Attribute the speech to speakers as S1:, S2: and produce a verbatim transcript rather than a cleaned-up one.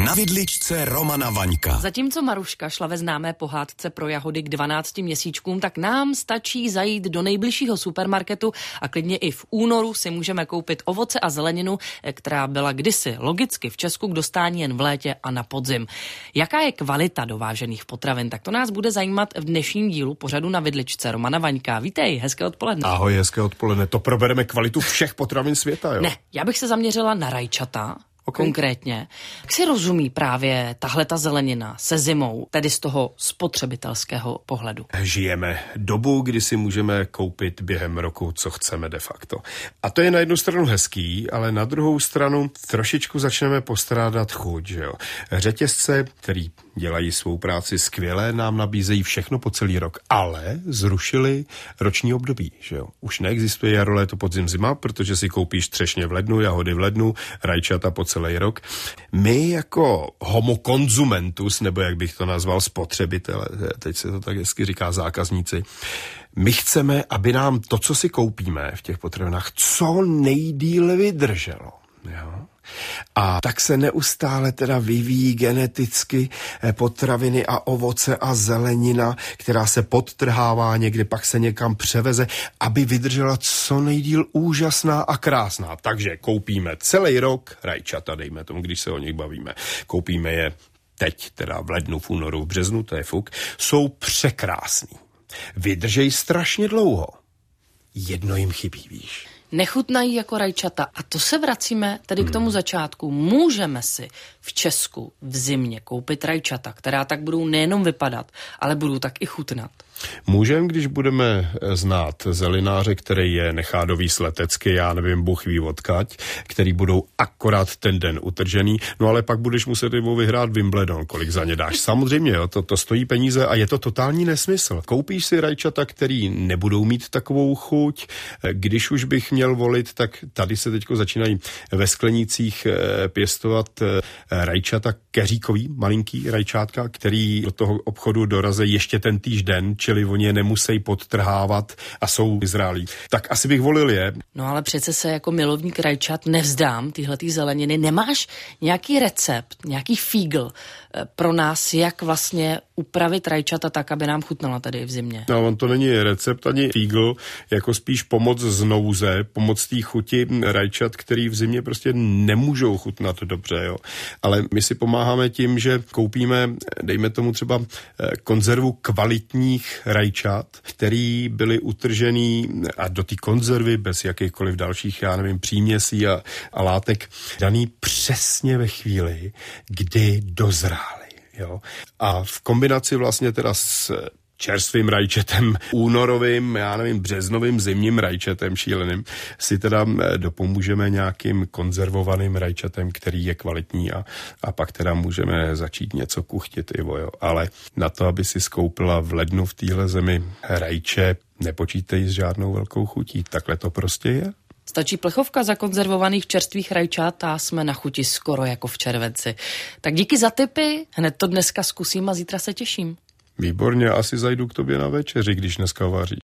S1: Na vidličce Romana Vaňka.
S2: Zatímco Maruška šla ve známé pohádce pro jahody k dvanácti měsíčkům, tak nám stačí zajít do nejbližšího supermarketu a klidně i v únoru si můžeme koupit ovoce a zeleninu, která byla kdysi logicky v Česku k dostání jen v létě a na podzim. Jaká je kvalita dovážených potravin? Tak to nás bude zajímat v dnešním dílu pořadu Na vidličce Romana Vaňka. Vítej, hezké odpoledne.
S3: Ahoj, hezké odpoledne. To probereme kvalitu všech potravin světa, jo?
S2: Ne, já bych se zaměřila na rajčata. Okay. Konkrétně. Jak si rozumí právě tahleta zelenina se zimou, tedy z toho spotřebitelského pohledu?
S3: Žijeme dobu, kdy si můžeme koupit během roku, co chceme de facto. A to je na jednu stranu hezký, ale na druhou stranu trošičku začneme postrádat chuť, že jo. Řetězce, který dělají svou práci skvěle, nám nabízejí všechno po celý rok, ale zrušili roční období, že jo. Už neexistuje jaro, léto, podzim, zima, protože si koupíš třešně v lednu, jahody v lednu, rajčata po celý rok. My jako homo konzumentus, nebo jak bych to nazval, spotřebitele, teď se to tak hezky říká, zákazníci, my chceme, aby nám to, co si koupíme v těch potravinách, co nejdýle vydrželo. Jo? A tak se neustále teda vyvíjí geneticky potraviny a ovoce a zelenina, která se podtrhává někde, pak se někam převeze, aby vydržela co nejdýl úžasná a krásná. Takže koupíme celý rok rajčata, dejme tomu, když se o nich bavíme. Koupíme je teď, teda v lednu, v únoru, v březnu, to je fuk. Jsou překrásný. Vydržej strašně dlouho. Jedno jim chybí, víš.
S2: Nechutnají jako rajčata. A to se vracíme tedy k tomu začátku. Můžeme si v Česku v zimě koupit rajčata, která tak budou nejenom vypadat, ale budou tak i chutnat.
S3: Můžeme, když budeme znát zelináře, který je nechá dovíz letecky, já nevím, Bůh ví odkaď, který budou akorát ten den utržený, no ale pak budeš muset jim vyhrát Wimbledon, kolik za ně dáš. Samozřejmě, jo, to, to stojí peníze a je to totální nesmysl. Koupíš si rajčata, který nebudou mít takovou chuť, když už bych měl volit, tak tady se teďko začínají ve sklenících pěstovat rajčata keříkový, malinký rajčátka, který do toho obchodu dorazí ještě ten týž den, čili oni je nemusí podtrhávat a jsou vyzrálí. Tak asi bych volil je.
S2: No ale přece se jako milovník rajčat nevzdám tyhletý zeleniny. Nemáš nějaký recept, nějaký fígl pro nás, jak vlastně upravit rajčata tak, aby nám chutnala tady v zimě?
S3: No, on to není recept ani fígl, jako spíš pomoc z nouze, pomoc té chuti rajčat, který v zimě prostě nemůžou chutnat dobře, jo. Ale my si pomáháme tím, že koupíme, dejme tomu třeba konzervu kvalitních rajčat, který byly utržený a do té konzervy bez jakýchkoliv dalších, já nevím, příměsí a, a látek daný přesně ve chvíli, kdy dozrály. Jo? A v kombinaci vlastně teda s čerstvým rajčetem, únorovým, já nevím, březnovým, zimním rajčetem šíleným, si teda dopomůžeme nějakým konzervovaným rajčetem, který je kvalitní a, a pak teda můžeme začít něco kuchtit, Ivo, jo. Ale na to, aby si skoupila v lednu v téhle zemi rajče, nepočítej s žádnou velkou chutí. Takhle to prostě je.
S2: Stačí plechovka zakonzervovaných čerstvých rajčat a jsme na chuti skoro jako v červenci. Tak díky za tipy, hned to dneska zkusím a zítra se těším.
S3: Výborně, asi zajdu k tobě na večeři, když dneska vaříš.